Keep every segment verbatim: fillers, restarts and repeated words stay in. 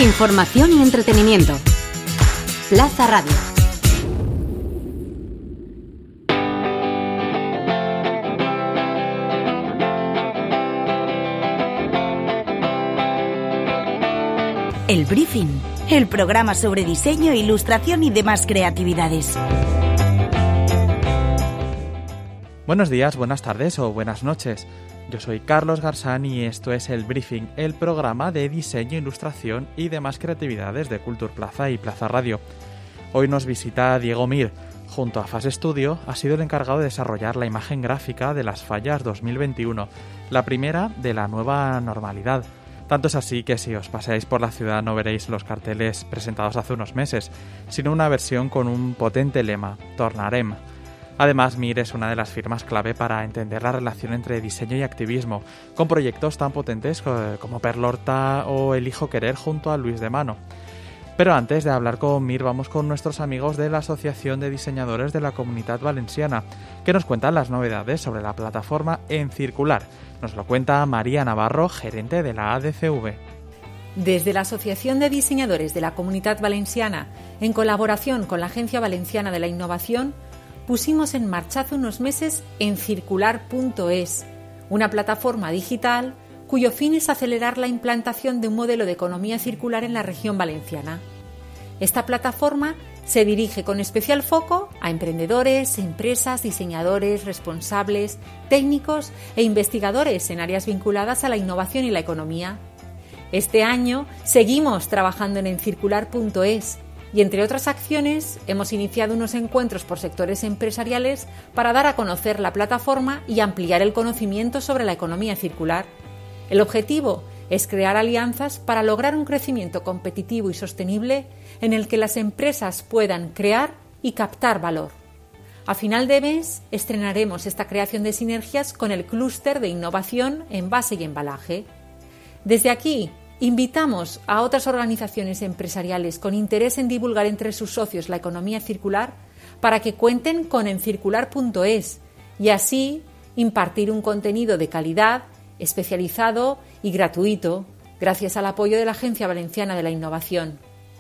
Información y entretenimiento. Plaza Radio. El Briefing, el programa sobre diseño, ilustración y demás creatividades. Buenos días, buenas tardes o buenas noches. Yo soy Carlos Garzán y esto es El Briefing, el programa de diseño, ilustración y demás creatividades de Cultur Plaza y Plaza Radio. Hoy nos visita Diego Mir. Junto a Fase Studio, ha sido el encargado de desarrollar la imagen gráfica de las fallas dos mil veintiuno, la primera de la nueva normalidad. Tanto es así que si os paseáis por la ciudad no veréis los carteles presentados hace unos meses, sino una versión con un potente lema, Tornarem. Además, Mir es una de las firmas clave para entender la relación entre diseño y activismo, con proyectos tan potentes como Perlorta o Elijo Querer junto a Luis de Mano. Pero antes de hablar con Mir, vamos con nuestros amigos de la Asociación de Diseñadores de la Comunitat Valenciana, que nos cuentan las novedades sobre la plataforma En Circular. Nos lo cuenta María Navarro, gerente de la A D C V. Desde la Asociación de Diseñadores de la Comunitat Valenciana, en colaboración con la Agencia Valenciana de la Innovación, pusimos en marcha hace unos meses En Circular punto es, una plataforma digital cuyo fin es acelerar la implantación de un modelo de economía circular en la región valenciana. Esta plataforma se dirige con especial foco a emprendedores, empresas, diseñadores, responsables, técnicos e investigadores en áreas vinculadas a la innovación y la economía. Este año seguimos trabajando en En Circular punto es y, entre otras acciones, hemos iniciado unos encuentros por sectores empresariales para dar a conocer la plataforma y ampliar el conocimiento sobre la economía circular. El objetivo es crear alianzas para lograr un crecimiento competitivo y sostenible en el que las empresas puedan crear y captar valor. A final de mes estrenaremos esta creación de sinergias con el clúster de innovación, envase y embalaje. Desde aquí, invitamos a otras organizaciones empresariales con interés en divulgar entre sus socios la economía circular para que cuenten con En Circular punto es y así impartir un contenido de calidad, especializado y gratuito, gracias al apoyo de la Agencia Valenciana de la Innovación.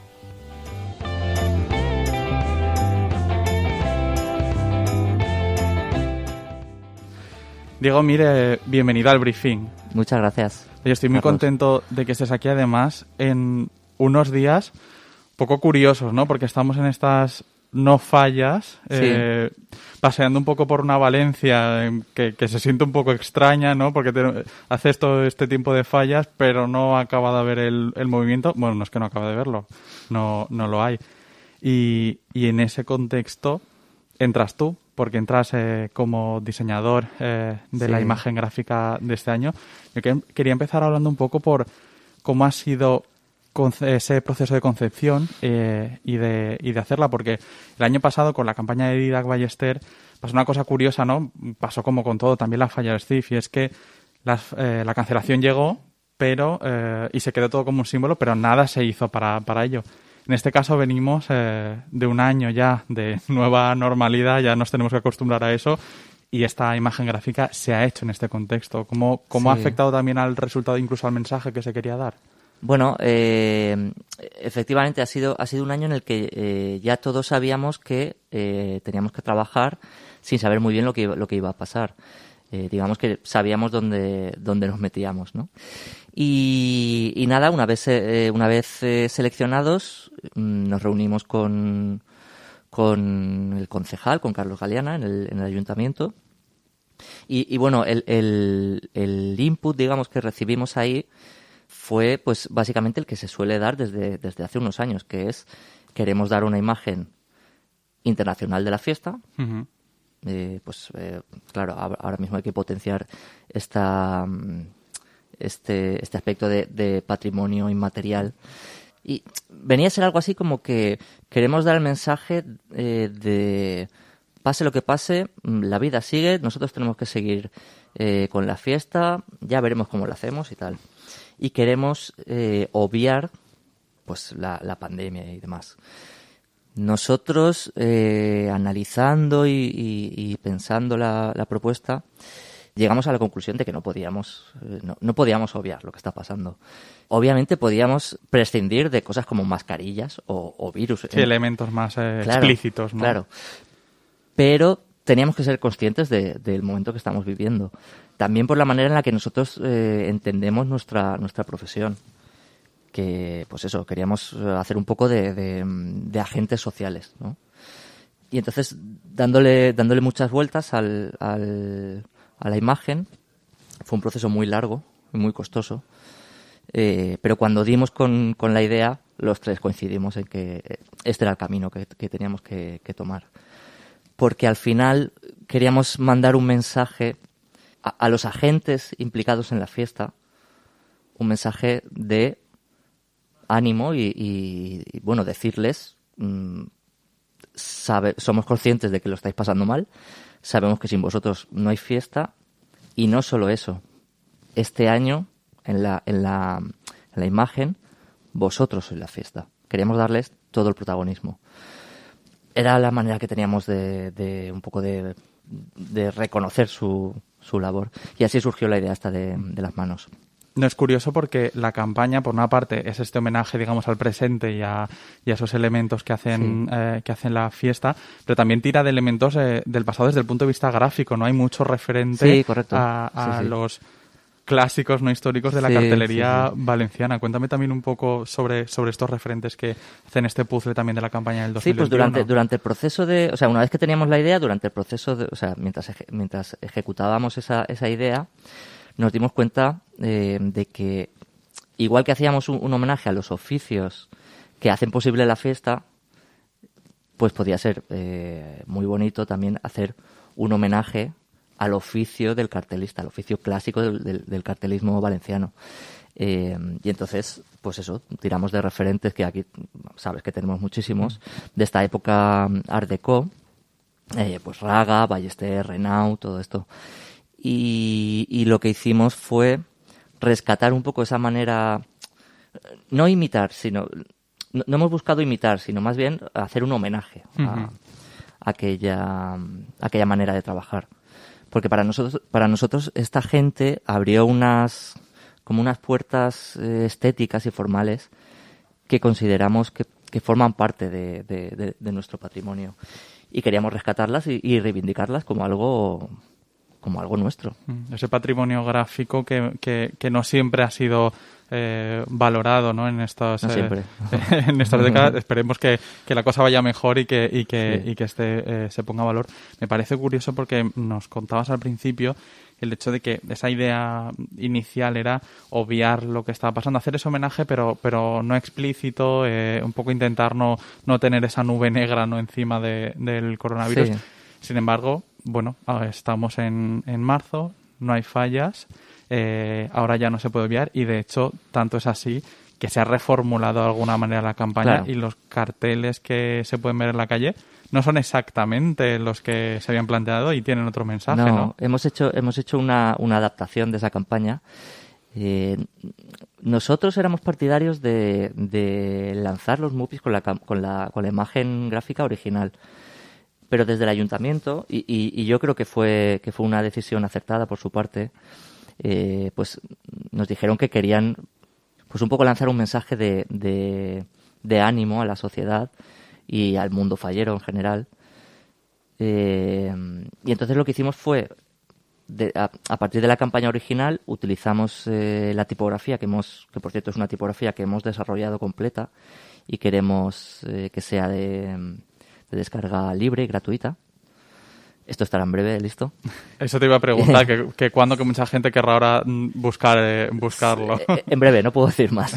Diego Mir, bienvenido al Briefing. Muchas gracias. Yo estoy muy Carlos. contento de que estés aquí, además, en unos días poco curiosos, ¿no? Porque estamos en estas no fallas, Sí. eh, paseando un poco por una Valencia eh, que, que se siente un poco extraña, ¿no? Porque te, haces todo este tiempo de fallas, pero no acaba de haber el, el movimiento. Bueno, no es que no acaba de verlo, no, no lo hay. Y, y en ese contexto entras tú, porque entras eh, como diseñador eh, de Sí. la imagen gráfica de este año. Yo que, quería empezar hablando un poco por cómo ha sido conce- ese proceso de concepción eh, y, de, y de hacerla, porque el año pasado con la campaña de Didac Ballester pasó una cosa curiosa, ¿no? Pasó como con todo, también la falla del C I F, y es que las, eh, la cancelación llegó pero eh, y se quedó todo como un símbolo, pero nada se hizo para, para ello. En este caso venimos eh, de un año ya de nueva normalidad, ya nos tenemos que acostumbrar a eso, y esta imagen gráfica se ha hecho en este contexto. ¿Cómo, cómo Sí. ha afectado también al resultado, incluso al mensaje que se quería dar? Bueno, eh, efectivamente ha sido ha sido un año en el que eh, ya todos sabíamos que eh, teníamos que trabajar sin saber muy bien lo que iba, lo que iba a pasar. Eh, digamos que sabíamos dónde dónde nos metíamos, ¿no? Y, y nada, una vez eh, una vez eh, seleccionados, nos reunimos con con el concejal, con Carlos Galeana, en el, en el ayuntamiento. Y, y bueno, el, el, el input, digamos, que recibimos ahí fue, pues, básicamente el que se suele dar desde, desde hace unos años, que es, queremos dar una imagen internacional de la fiesta. Uh-huh. Eh, pues, eh, claro, ahora mismo hay que potenciar esta, este, este aspecto de, de patrimonio inmaterial. Y venía a ser algo así como que queremos dar el mensaje eh, de pase lo que pase, la vida sigue, nosotros tenemos que seguir eh, con la fiesta, ya veremos cómo lo hacemos y tal. Y queremos eh, obviar pues la, la pandemia y demás. Nosotros, eh, analizando y, y, y pensando la, la propuesta, llegamos a la conclusión de que no podíamos, no, no podíamos obviar lo que está pasando. Obviamente podíamos prescindir de cosas como mascarillas o, o virus. Sí, elementos más eh, claro, explícitos, ¿no? Claro. Pero teníamos que ser conscientes de, del momento que estamos viviendo. También por la manera en la que nosotros eh, entendemos nuestra, nuestra profesión. Que, pues eso, queríamos hacer un poco de, de, de agentes sociales, ¿no? Y entonces, dándole, dándole muchas vueltas al, al, a la imagen, fue un proceso muy largo y muy costoso, eh, pero cuando dimos con, con la idea, los tres coincidimos en que este era el camino que, que teníamos que, que tomar. Porque al final queríamos mandar un mensaje a, a los agentes implicados en la fiesta, un mensaje de ánimo y, y, y bueno, decirles, mmm, sabe, somos conscientes de que lo estáis pasando mal, sabemos que sin vosotros no hay fiesta, y no solo eso, este año en la, en la, en la imagen vosotros sois la fiesta. Queríamos darles todo el protagonismo. Era la manera que teníamos de, de un poco de, de reconocer su, su labor, y así surgió la idea esta de, de las manos. No, es curioso porque la campaña, por una parte, es este homenaje, digamos, al presente y a, y a esos elementos que hacen sí. eh, que hacen la fiesta, pero también tira de elementos eh, del pasado desde el punto de vista gráfico, ¿no? Hay mucho referente sí, correcto. a, a sí, sí. los clásicos no históricos de la sí, cartelería sí, sí. valenciana. Cuéntame también un poco sobre, sobre estos referentes que hacen este puzzle también de la campaña del dos mil veintiuno. Sí, pues durante, durante el proceso de... O sea, una vez que teníamos la idea, durante el proceso de... O sea, mientras, eje, mientras ejecutábamos esa, esa idea, nos dimos cuenta eh, de que igual que hacíamos un, un homenaje a los oficios que hacen posible la fiesta, pues podía ser eh, muy bonito también hacer un homenaje al oficio del cartelista, al oficio clásico del, del, del cartelismo valenciano. Eh, y entonces, pues eso, tiramos de referentes que aquí, sabes que tenemos muchísimos, de esta época Art Deco, eh, pues Raga, Ballester, Renaud, todo esto. Y, y lo que hicimos fue rescatar un poco esa manera, no imitar, sino, no, no hemos buscado imitar, sino más bien hacer un homenaje a, a aquella, a aquella manera de trabajar. Porque para nosotros, para nosotros esta gente abrió unas, como unas puertas eh, estéticas y formales que consideramos que, que forman parte de, de, de, de nuestro patrimonio. Y queríamos rescatarlas y, y reivindicarlas como algo... como algo nuestro. Ese patrimonio gráfico que, que, que no siempre ha sido eh, valorado, ¿no? En estas, no siempre. Eh, en estas décadas. Esperemos que, que la cosa vaya mejor y que, y que, sí. y que este, eh, se ponga valor. Me parece curioso porque nos contabas al principio el hecho de que esa idea inicial era obviar lo que estaba pasando, hacer ese homenaje, pero pero no explícito, eh, un poco intentar no, no tener esa nube negra, ¿no? Encima de, del coronavirus. Sí. Sin embargo, bueno, estamos en, en marzo, no hay fallas, eh, ahora ya no se puede obviar y de hecho tanto es así que se ha reformulado de alguna manera la campaña claro. Y los carteles que se pueden ver en la calle no son exactamente los que se habían planteado y tienen otro mensaje, ¿no? No, hemos hecho, hemos hecho una, una adaptación de esa campaña. Eh, nosotros éramos partidarios de, de lanzar los Mupis con la, con la, con la imagen gráfica original. Pero desde el ayuntamiento, y, y, y yo creo que fue que fue una decisión acertada por su parte, eh, pues nos dijeron que querían pues un poco lanzar un mensaje de, de, de ánimo a la sociedad y al mundo fallero en general. Eh, y entonces lo que hicimos fue, de, a, a partir de la campaña original, utilizamos eh, la tipografía, que hemos que por cierto es una tipografía que hemos desarrollado completa y queremos eh, que sea de... de descarga libre y gratuita. Esto estará en breve, ¿listo? Eso te iba a preguntar, que, que cuándo que mucha gente querrá ahora buscar eh, buscarlo. En breve, no puedo decir más.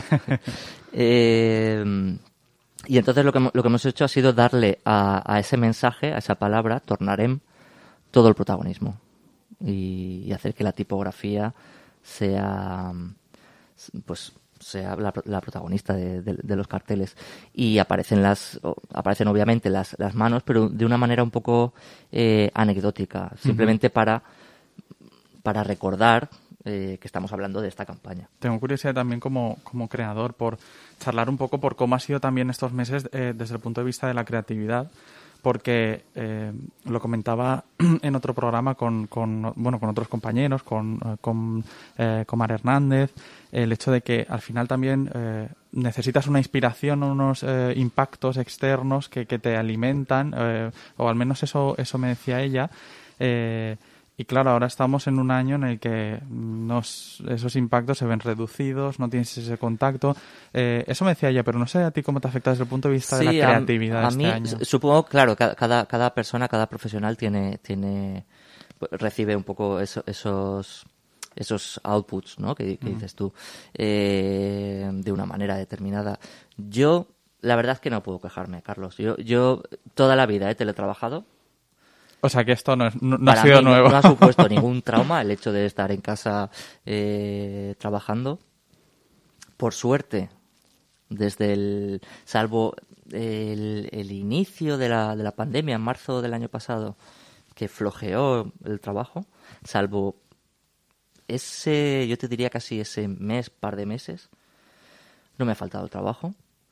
eh, y entonces lo que, lo que hemos hecho ha sido darle a, a ese mensaje, a esa palabra, tornarem, todo el protagonismo. Y, y hacer que la tipografía sea, pues, sea la, la protagonista de, de, de los carteles. Y aparecen las aparecen obviamente las, las manos, pero de una manera un poco eh, anecdótica, simplemente uh-huh. para para recordar eh, que estamos hablando de esta campaña. Tengo curiosidad también como, como creador por charlar un poco por cómo ha sido también estos meses eh, desde el punto de vista de la creatividad, porque eh, lo comentaba en otro programa con, con bueno con otros compañeros, con con, eh, con Mar Hernández, el hecho de que al final también eh, necesitas una inspiración, unos eh, impactos externos que, que te alimentan, eh, o al menos eso eso me decía ella. Eh, Y claro, ahora estamos en un año en el que nos, esos impactos se ven reducidos, no tienes ese contacto. Eh, eso me decía ella, pero no sé a ti cómo te afecta desde el punto de vista sí, de la creatividad a, a este mí, año. Supongo, claro, cada, cada persona, cada profesional tiene, tiene recibe un poco eso, esos esos outputs, ¿no? que, que mm. dices tú, eh, de una manera determinada. Yo, la verdad es que no puedo quejarme, Carlos. Yo, yo toda la vida he teletrabajado. O sea que esto no, es, no, no ha sido mí nuevo. No, no ha supuesto ningún trauma el hecho de estar en casa eh, trabajando. Por suerte, desde el salvo el, el inicio de la, de la pandemia en marzo del año pasado, que flojeó el trabajo, salvo ese, yo te diría casi ese mes, par de meses, no me ha faltado el trabajo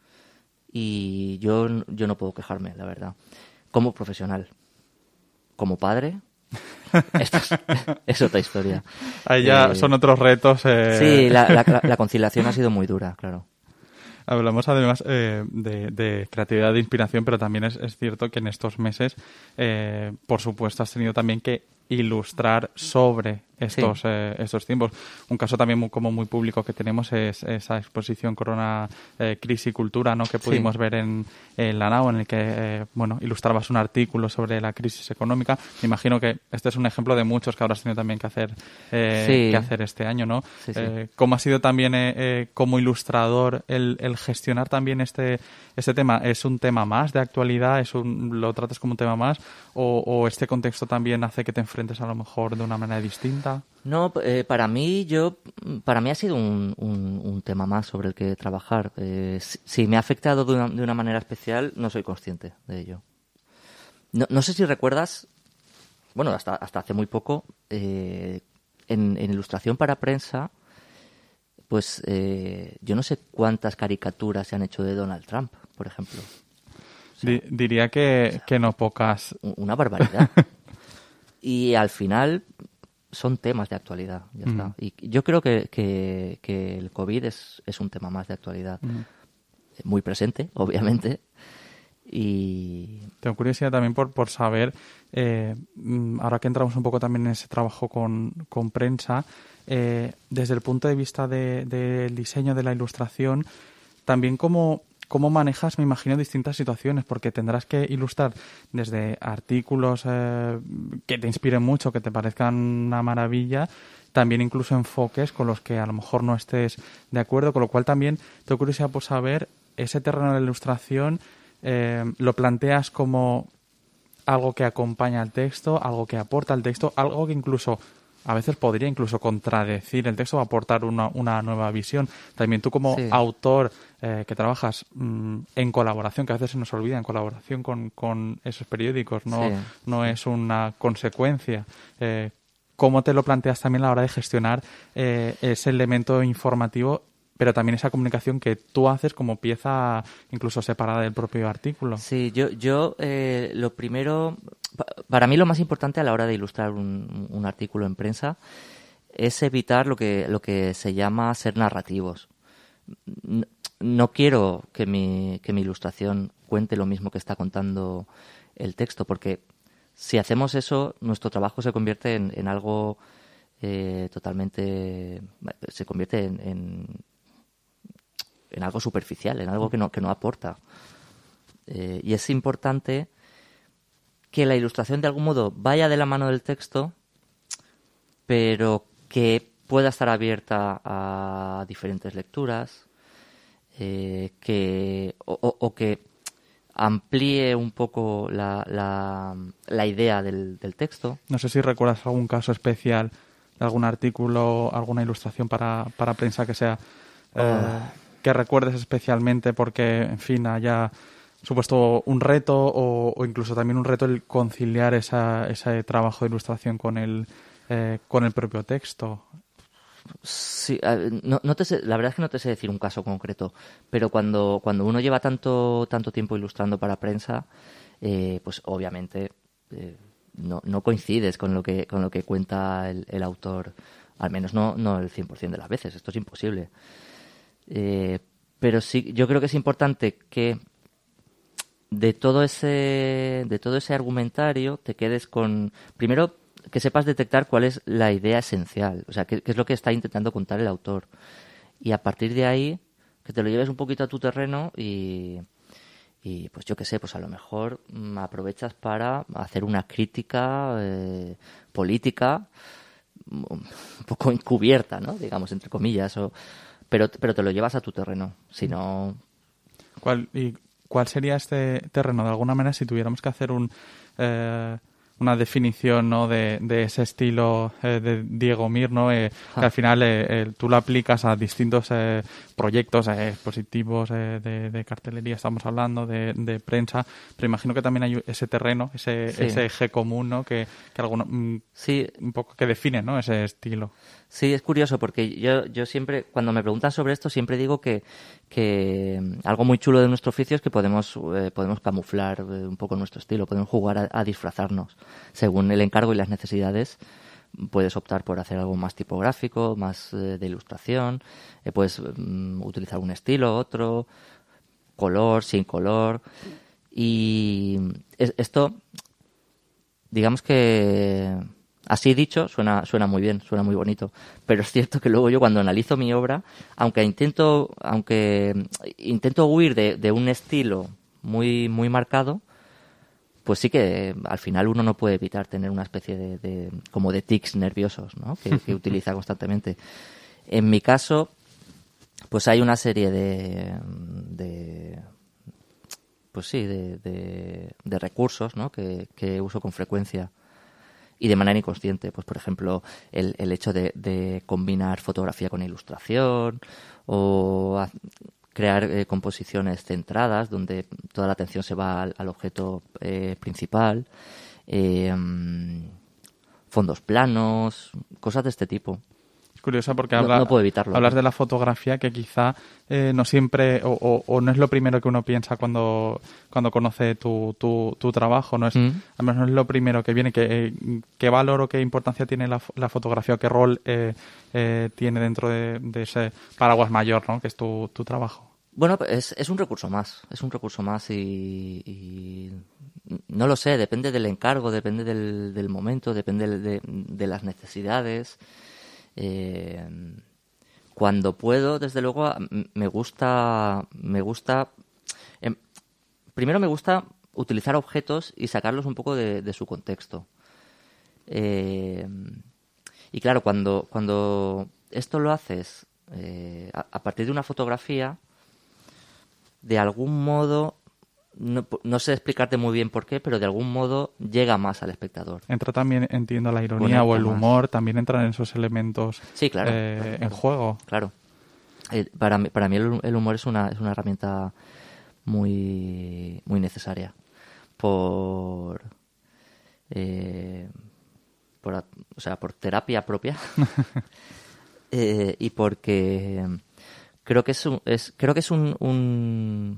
y yo, yo no puedo quejarme, la verdad, como profesional. Como padre, esto es, es otra historia. Ahí ya eh, son otros retos. Eh... Sí, la, la, la conciliación ha sido muy dura, claro. Hablamos además eh, de, de creatividad, de inspiración, pero también es, es cierto que en estos meses, eh, por supuesto, has tenido también que ilustrar sobre estos sí. eh, estos tiempos. Un caso también muy, como muy público que tenemos es esa exposición Corona, eh, Crisis y Cultura, ¿no? que pudimos sí. ver en, en la NAO, en el que eh, bueno ilustrabas un artículo sobre la crisis económica. Me imagino que este es un ejemplo de muchos que habrás tenido también que hacer eh, sí. que hacer este año, ¿no? Sí, sí. Eh, ¿Cómo ha sido también eh, eh, como ilustrador el, el gestionar también este este tema? ¿Es un tema más de actualidad? ¿Es un, lo tratas como un tema más? ¿O, o este contexto también hace que te enfrentes a lo mejor de una manera distinta? No, eh, para mí yo para mí ha sido un, un, un tema más sobre el que trabajar. Eh, si, si me ha afectado de una, de una manera especial, no soy consciente de ello. No, no sé si recuerdas, bueno, hasta hasta hace muy poco, eh, en, en ilustración para prensa, pues eh, yo no sé cuántas caricaturas se han hecho de Donald Trump, por ejemplo. O sea, Di, diría que, o sea, que no pocas. Una barbaridad. Y al final son temas de actualidad, ya mm. está. Y yo creo que, que, que el COVID es, es un tema más de actualidad. Mm. Muy presente, obviamente. Y tengo curiosidad también por, por saber, eh, ahora que entramos un poco también en ese trabajo con, con prensa, eh, desde el punto de vista de, del diseño, de la ilustración, también cómo, cómo manejas, me imagino, distintas situaciones, porque tendrás que ilustrar desde artículos eh, que te inspiren mucho, que te parezcan una maravilla, también incluso enfoques con los que a lo mejor no estés de acuerdo, con lo cual también tengo curiosidad por saber ese terreno de la ilustración. Eh, ¿Lo planteas como algo que acompaña al texto, algo que aporta al texto, algo que incluso a veces podría incluso contradecir el texto o aportar una, una nueva visión? También tú como sí. autor eh, que trabajas mmm, en colaboración, que a veces se nos olvida, en colaboración con, con esos periódicos, no, sí. no es una consecuencia. Eh, ¿Cómo te lo planteas también a la hora de gestionar eh, ese elemento informativo, pero también esa comunicación que tú haces como pieza incluso separada del propio artículo? Sí, yo, yo eh, lo primero, para mí lo más importante a la hora de ilustrar un, un artículo en prensa es evitar lo que, lo que se llama ser narrativos. No quiero que mi, que mi ilustración cuente lo mismo que está contando el texto, porque si hacemos eso, nuestro trabajo se convierte en, en algo eh, totalmente, se convierte en, en en algo superficial, en algo que no, que no aporta. Eh, y es importante que la ilustración de algún modo vaya de la mano del texto, pero que pueda estar abierta a diferentes lecturas, eh, que o, o, o que amplíe un poco la, la, la idea del, del texto. No sé si recuerdas algún caso especial de algún artículo, alguna ilustración para, para prensa que sea... Eh, oh. que recuerdes especialmente porque, en fin, haya supuesto un reto o, o incluso también un reto el conciliar esa, ese trabajo de ilustración con el, eh, con el propio texto. Sí, no, no te sé, la verdad es que no te sé decir un caso concreto, pero cuando, cuando uno lleva tanto, tanto tiempo ilustrando para prensa, eh, pues obviamente eh, no, no coincides con lo que con lo que cuenta el, el autor, al menos no, no el cien por ciento de las veces, esto es imposible. Eh, pero sí, yo creo que es importante que de todo ese de todo ese argumentario te quedes con, primero, que sepas detectar cuál es la idea esencial, o sea, qué, qué es lo que está intentando contar el autor, y a partir de ahí que te lo lleves un poquito a tu terreno y, y pues yo qué sé, pues a lo mejor mmm, aprovechas para hacer una crítica eh, política un poco encubierta, ¿no? Digamos, entre comillas, o pero pero te lo llevas a tu terreno, si no... ¿Cuál, y cuál sería este terreno? De alguna manera, si tuviéramos que hacer un eh, una definición, ¿no?, de, de ese estilo eh, de Diego Mir, ¿no?, eh, que al final eh, eh, tú lo aplicas a distintos eh, proyectos eh, expositivos eh, de, de cartelería, estamos hablando, de, de prensa, pero imagino que también hay ese terreno, ese, sí. ese eje común, ¿no?, que, que alguno, mm, sí. un poco que define, ¿no?, ese estilo. Sí, es curioso porque yo, yo siempre, cuando me preguntan sobre esto, siempre digo que, que algo muy chulo de nuestro oficio es que podemos, eh, podemos camuflar eh, un poco nuestro estilo, podemos jugar a, a disfrazarnos. Según el encargo y las necesidades, puedes optar por hacer algo más tipográfico, más eh, de ilustración, eh, puedes um, utilizar un estilo, otro, color, sin color. Y es, esto, digamos que... Así dicho, suena suena muy bien, suena muy bonito, pero es cierto que luego yo cuando analizo mi obra, aunque intento aunque intento huir de, de un estilo muy muy marcado, pues sí que al final uno no puede evitar tener una especie de, de como de tics nerviosos, ¿no?, que, que utiliza constantemente. En mi caso, pues hay una serie de, de pues sí, de, de, de recursos, ¿no?, que, que uso con frecuencia. Y de manera inconsciente, pues por ejemplo, el, el hecho de, de combinar fotografía con ilustración o a, crear eh, composiciones centradas donde toda la atención se va al, al objeto eh, principal, eh, fondos planos, cosas de este tipo. Curiosa porque no, habla, no puedo evitarlo, hablas ¿no? de la fotografía que quizá eh, no siempre o, o, o no es lo primero que uno piensa cuando cuando conoce tu, tu, tu trabajo, no es Mm. al menos no es lo primero que viene. Que, eh, ¿Qué valor o qué importancia tiene la, la fotografía o qué rol eh, eh, tiene dentro de, de ese paraguas mayor, ¿no?, que es tu, tu trabajo? Bueno, es, es un recurso más, es un recurso más y, y no lo sé, depende del encargo, depende del, del momento, depende de, de las necesidades. Eh, cuando puedo, desde luego, me gusta, me gusta, eh, primero me gusta utilizar objetos y sacarlos un poco de, de su contexto. Eh, y claro, cuando, cuando esto lo haces eh, a, a partir de una fotografía, de algún modo, no, no sé explicarte muy bien por qué, pero de algún modo llega más al espectador. Entra también, entiendo, la ironía Conecta o el más. humor, también entran esos elementos Sí, claro, eh, claro, en claro. juego. Claro. Eh, para mí, para mí el, el humor es una, es una herramienta muy, muy necesaria. Por, eh, por, o sea, por terapia propia. eh, y porque creo que es un, es, creo que es un, un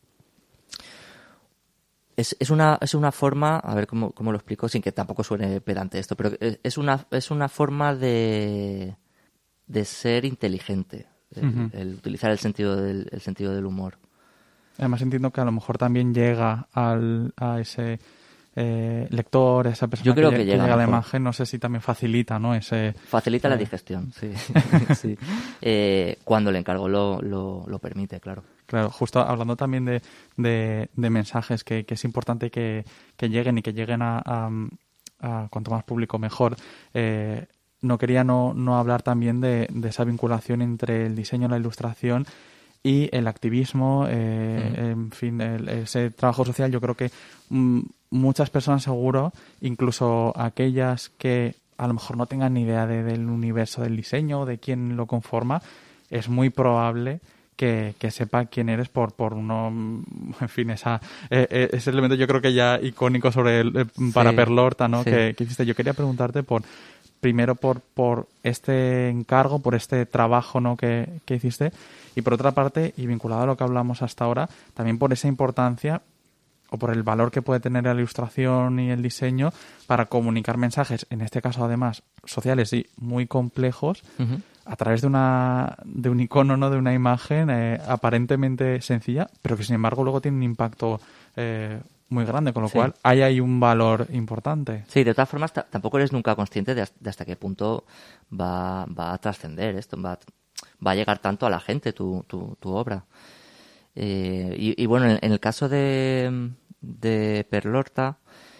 Es, es una es una forma, a ver cómo, cómo lo explico sin que tampoco suene pedante esto, pero es, es una es una forma de de ser inteligente, el, Uh-huh. el utilizar el sentido del el sentido del humor. Además entiendo que a lo mejor también llega al, a ese eh, lector, a esa persona Yo creo que, que lle- llega llega a la mejor. imagen, no sé si también facilita, ¿no?, ese... Facilita eh, la digestión, sí. sí. Eh, cuando el encargo lo, lo, lo permite, claro. Claro, justo hablando también de, de, de mensajes que, que es importante que, que lleguen y que lleguen a, a, a cuanto más público mejor. Eh, no quería no, no hablar también de, de esa vinculación entre el diseño, la ilustración y el activismo, eh, Mm. en fin, el- ese trabajo social. Yo creo que mm, muchas personas seguro, incluso aquellas que a lo mejor no tengan ni idea de- del universo del diseño, de quién lo conforma, es muy probable que, que sepa quién eres por por uno, mm, en fin, esa eh, eh, ese elemento yo creo que ya icónico sobre el, eh, para Sí, Perlorta, ¿no? sí. Que, que hiciste. Yo quería preguntarte por primero por por este encargo, por este trabajo, ¿no?, que, que hiciste, y por otra parte, y vinculado a lo que hablamos hasta ahora, también por esa importancia o por el valor que puede tener la ilustración y el diseño para comunicar mensajes, en este caso además sociales y muy complejos, uh-huh. a través de una de un icono, ¿no? De una imagen eh, aparentemente sencilla, pero que sin embargo luego tiene un impacto eh, muy grande, con lo sí. cual hay ahí un valor importante. Sí, de todas formas t- tampoco eres nunca consciente de, de hasta qué punto va, va a trascender esto, va, va a llegar tanto a la gente tu, tu, tu obra. Eh, y, y bueno, en, en el caso de, de Perlorta,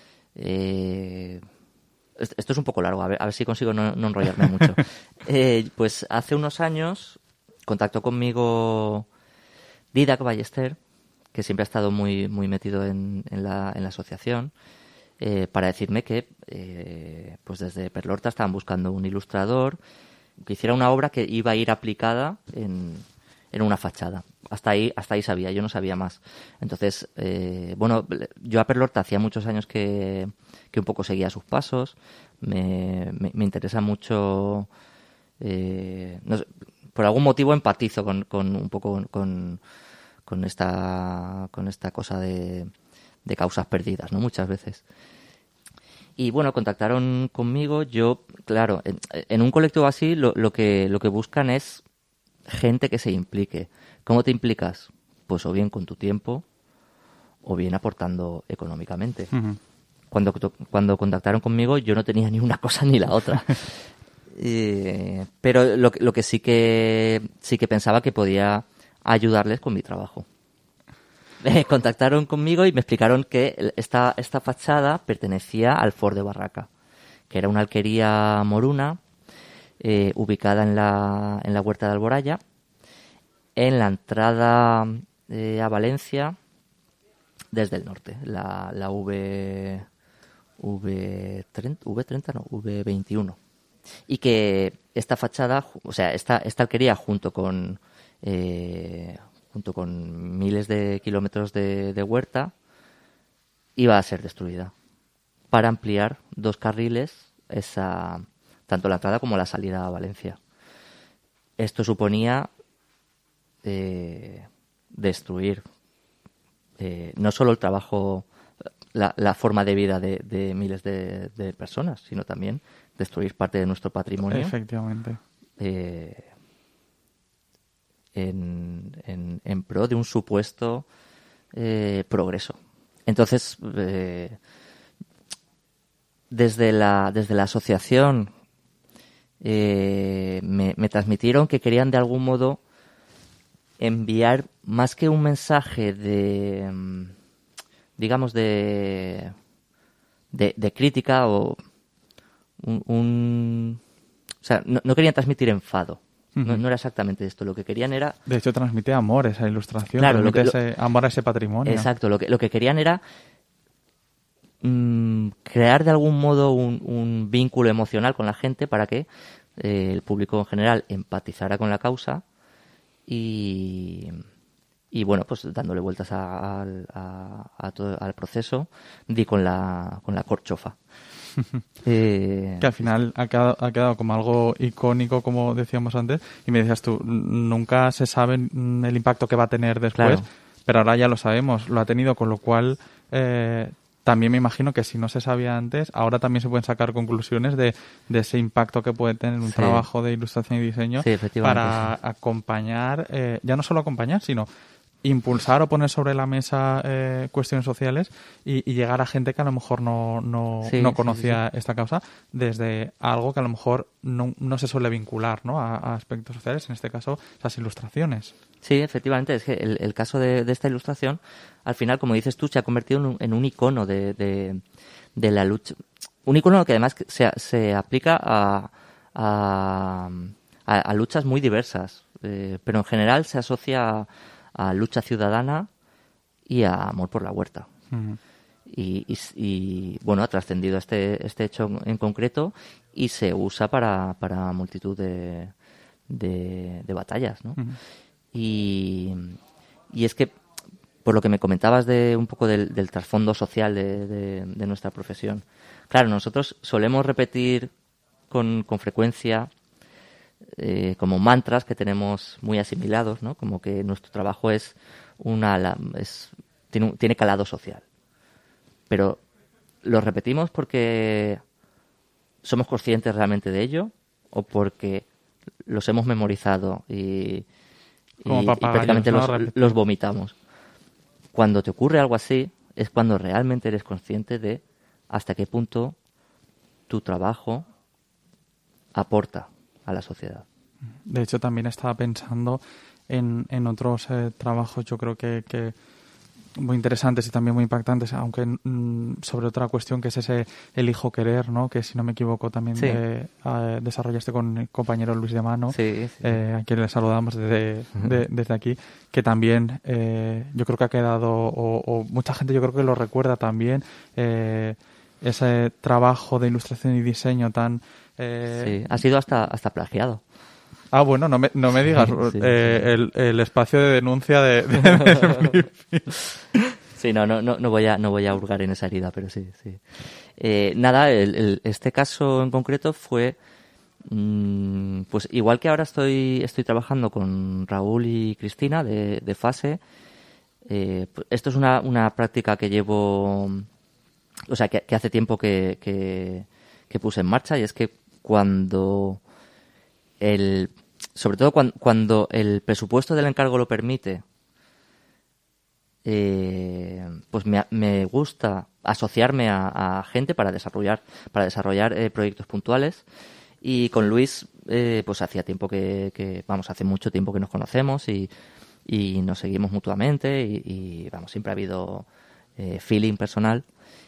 eh, esto es un poco largo, a ver, a ver si consigo no, no enrollarme mucho. Eh, pues hace unos años contactó conmigo Didac Ballester, que siempre ha estado muy muy metido en, en, la, en la asociación, eh, para decirme que eh, pues desde Perlorta estaban buscando un ilustrador que hiciera una obra que iba a ir aplicada en, en una fachada. Hasta ahí hasta ahí sabía, yo no sabía más. Entonces, eh, bueno, yo a Perlorta hacía muchos años que, que un poco seguía sus pasos. Me, me, me interesa mucho, eh, no sé, por algún motivo empatizo con, con un poco con, con esta con esta cosa de, de causas perdidas, ¿no? Muchas veces. Y bueno, contactaron conmigo. Yo, claro, en, en un colectivo así lo, lo que lo que buscan es gente que se implique. ¿Cómo te implicas? Pues o bien con tu tiempo o bien aportando económicamente. Uh-huh. Cuando cuando contactaron conmigo yo no tenía ni una cosa ni la otra. eh, pero lo, lo que sí que sí que pensaba que podía ayudarles con mi trabajo. Eh, contactaron conmigo y me explicaron que esta esta fachada pertenecía al Fort de Barraca, que era una alquería moruna eh, ubicada en la en la Huerta de Alboraya, en la entrada eh, a Valencia desde el norte, la, la V V treinta, V treinta no, V veintiuno. Y que esta fachada, o sea, esta, esta alquería junto con eh, junto con miles de kilómetros de, de huerta iba a ser destruida para ampliar dos carriles, esa tanto la entrada como la salida a Valencia. Esto suponía eh, destruir eh, no solo el trabajo, la, la forma de vida de, de miles de, de personas, sino también destruir parte de nuestro patrimonio. Efectivamente. Eh, en, en, en pro de un supuesto eh, progreso. Entonces, eh, desde la desde la asociación eh, me, me transmitieron que querían de algún modo enviar más que un mensaje de, digamos, de de, de crítica o un, un o sea, no, no querían transmitir enfado. Uh-huh. No, no era exactamente esto. Lo que querían era... De hecho, transmite amor esa ilustración. Claro, transmite lo que, ese amor a ese patrimonio. Exacto. Lo que, lo que querían era mmm, crear de algún modo un, un vínculo emocional con la gente para que eh, el público en general empatizara con la causa y, y bueno, pues dándole vueltas a, a, a, a todo, al proceso, di con la, con la corchofa. eh... Que al final ha quedado, ha quedado como algo icónico, como decíamos antes, y me decías tú, nunca se sabe el impacto que va a tener después, claro. Pero ahora ya lo sabemos, lo ha tenido, con lo cual eh, también me imagino que si no se sabía antes, ahora también se pueden sacar conclusiones de, de ese impacto que puede tener un sí. trabajo de ilustración y diseño sí, para sí. acompañar, eh, ya no solo acompañar, sino impulsar o poner sobre la mesa eh, cuestiones sociales y, y llegar a gente que a lo mejor no, no, sí, no conocía sí, sí. esta causa desde algo que a lo mejor no, no se suele vincular, ¿no? a, a aspectos sociales, en este caso esas ilustraciones. Sí, efectivamente, es que el, el caso de, de esta ilustración, al final, como dices tú, se ha convertido en un, en un icono de, de, de la lucha. Un icono que además se, se aplica a, a, a, a luchas muy diversas, eh, pero en general se asocia a a lucha ciudadana y a amor por la huerta. Uh-huh. Y, y, y, bueno, ha trascendido este, este hecho en concreto y se usa para, para multitud de, de, de batallas, ¿no? Uh-huh. Y, y es que, por lo que me comentabas de un poco del, del trasfondo social de, de, de nuestra profesión, claro, nosotros solemos repetir con, con frecuencia Eh, como mantras que tenemos muy asimilados, ¿no? Como que nuestro trabajo es una es tiene, tiene calado social. Pero ¿lo repetimos porque somos conscientes realmente de ello o porque los hemos memorizado y, y, y prácticamente ¿no? los, los vomitamos? Cuando te ocurre algo así es cuando realmente eres consciente de hasta qué punto tu trabajo aporta a la sociedad. De hecho, también estaba pensando en, en otros eh, trabajos, yo creo que, que muy interesantes y también muy impactantes, aunque mm, sobre otra cuestión que es ese elijo querer, ¿no? Que si no me equivoco también Sí. de, eh, desarrollaste con el compañero Luis de Mano, Sí, sí. eh, a quien le saludamos desde, de, desde aquí, que también eh, yo creo que ha quedado, o, o mucha gente yo creo que lo recuerda también, eh, ese trabajo de ilustración y diseño tan... Eh, Sí, ha sido hasta, hasta plagiado. Ah, bueno, no me, no me digas Sí, eh, sí. El, el espacio de denuncia de... de, de Sí, no, no, no, no voy a, no voy a hurgar en esa herida, pero sí, sí. Eh, nada, el, el, este caso en concreto fue, mmm, pues igual que ahora estoy, estoy trabajando con Raúl y Cristina de, de Fase. Eh, pues esto es una, una práctica que llevo, o sea, que, que hace tiempo que, que, que puse en marcha, y es que cuando el, sobre todo cuando, cuando el presupuesto del encargo lo permite, eh, pues me, me gusta asociarme a, a gente para desarrollar, para desarrollar eh, proyectos puntuales. Y con Luis, eh, pues hacía tiempo que, que, vamos, hace mucho tiempo que nos conocemos y, y nos seguimos mutuamente y, y vamos, siempre ha habido eh, feeling personal,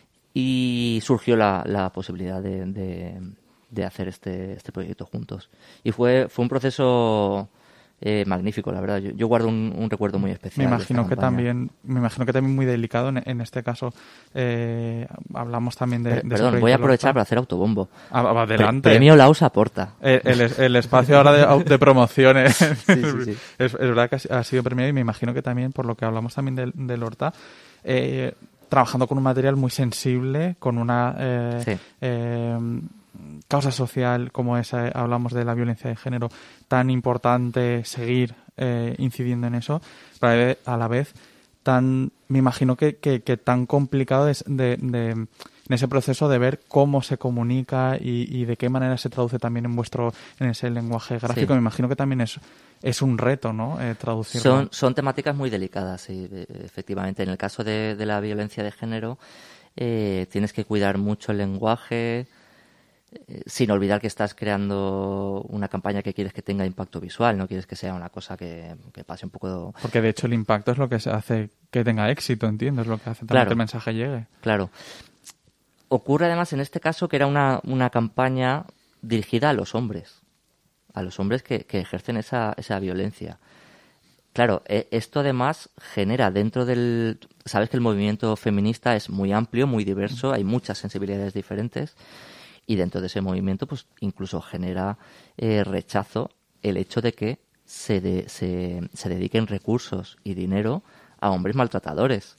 y surgió la, la posibilidad de, de, de hacer este, este proyecto juntos. Y fue, fue un proceso eh, magnífico, la verdad. Yo, yo guardo un, un recuerdo muy especial. Me de esta imagino que campaña. también, me imagino que también muy delicado en, en este caso. Eh, hablamos también de, Per- de Perdón, ese voy a proyecto aprovechar Lorca. para hacer autobombo. Ah, va, adelante. Pre- Premio Lausa aporta. El, el, el espacio ahora de, de promociones Sí, sí, sí. Es, es verdad que ha sido premiado, y me imagino que también, por lo que hablamos también del, del Horta, eh, trabajando con un material muy sensible, con una eh, Sí. eh, causa social como esa, hablamos de la violencia de género, tan importante seguir eh, incidiendo en eso, pero a la vez tan, me imagino que, que, que tan complicado es de, de, en ese proceso de ver cómo se comunica y, y de qué manera se traduce también en vuestro, en ese lenguaje gráfico. Sí. Me imagino que también es, es un reto, ¿no? Eh, traducirlo. Son, son temáticas muy delicadas, sí, e- efectivamente. En el caso de, de la violencia de género, eh, tienes que cuidar mucho el lenguaje, eh, sin olvidar que estás creando una campaña que quieres que tenga impacto visual, no quieres que sea una cosa que, que pase un poco... Porque de hecho el impacto es lo que se hace que tenga éxito, entiendo, es lo que hace también Claro. que el mensaje llegue. Claro. Ocurre además en este caso que era una, una campaña dirigida a los hombres, a los hombres que, que ejercen esa, esa violencia. Claro, eh, esto además genera dentro del... Sabes que el movimiento feminista es muy amplio, muy diverso, hay muchas sensibilidades diferentes, y dentro de ese movimiento pues incluso genera eh, rechazo el hecho de que se, de- se, se dediquen recursos y dinero a hombres maltratadores.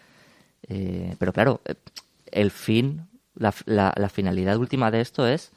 Eh, pero claro, eh, el fin, la, la, la finalidad última de esto es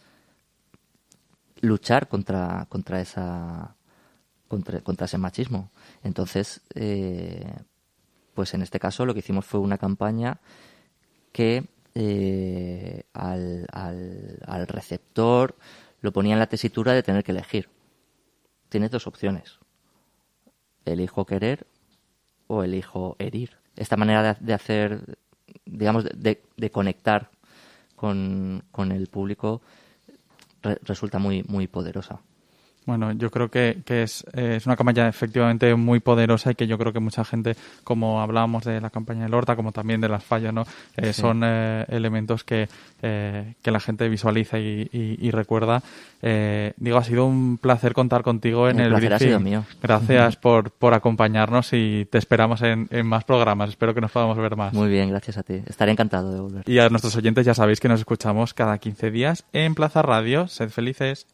luchar contra, contra esa contra, contra ese machismo. Entonces, eh, pues en este caso lo que hicimos fue una campaña que eh, al, al, al receptor lo ponía en la tesitura de tener que elegir. Tienes dos opciones: elijo querer o elijo herir. Esta manera de, de hacer, digamos, de, de conectar con, con el público re- resulta muy, muy poderosa. Bueno, yo creo que, que es, eh, es una campaña efectivamente muy poderosa, y que yo creo que mucha gente, como hablábamos de la campaña del Horta, como también de las fallas, ¿no? Eh, Sí. Son eh, elementos que, eh, que la gente visualiza y, y, y recuerda. Eh, digo, ha sido un placer contar contigo en El el, placer ha briefing. sido mío. Gracias por, por acompañarnos, y te esperamos en, en más programas. Espero que nos podamos ver más. Muy bien, gracias a ti. Estaré encantado de volver. Y a nuestros oyentes ya sabéis que nos escuchamos cada quince días en Plaza Radio. Sed felices.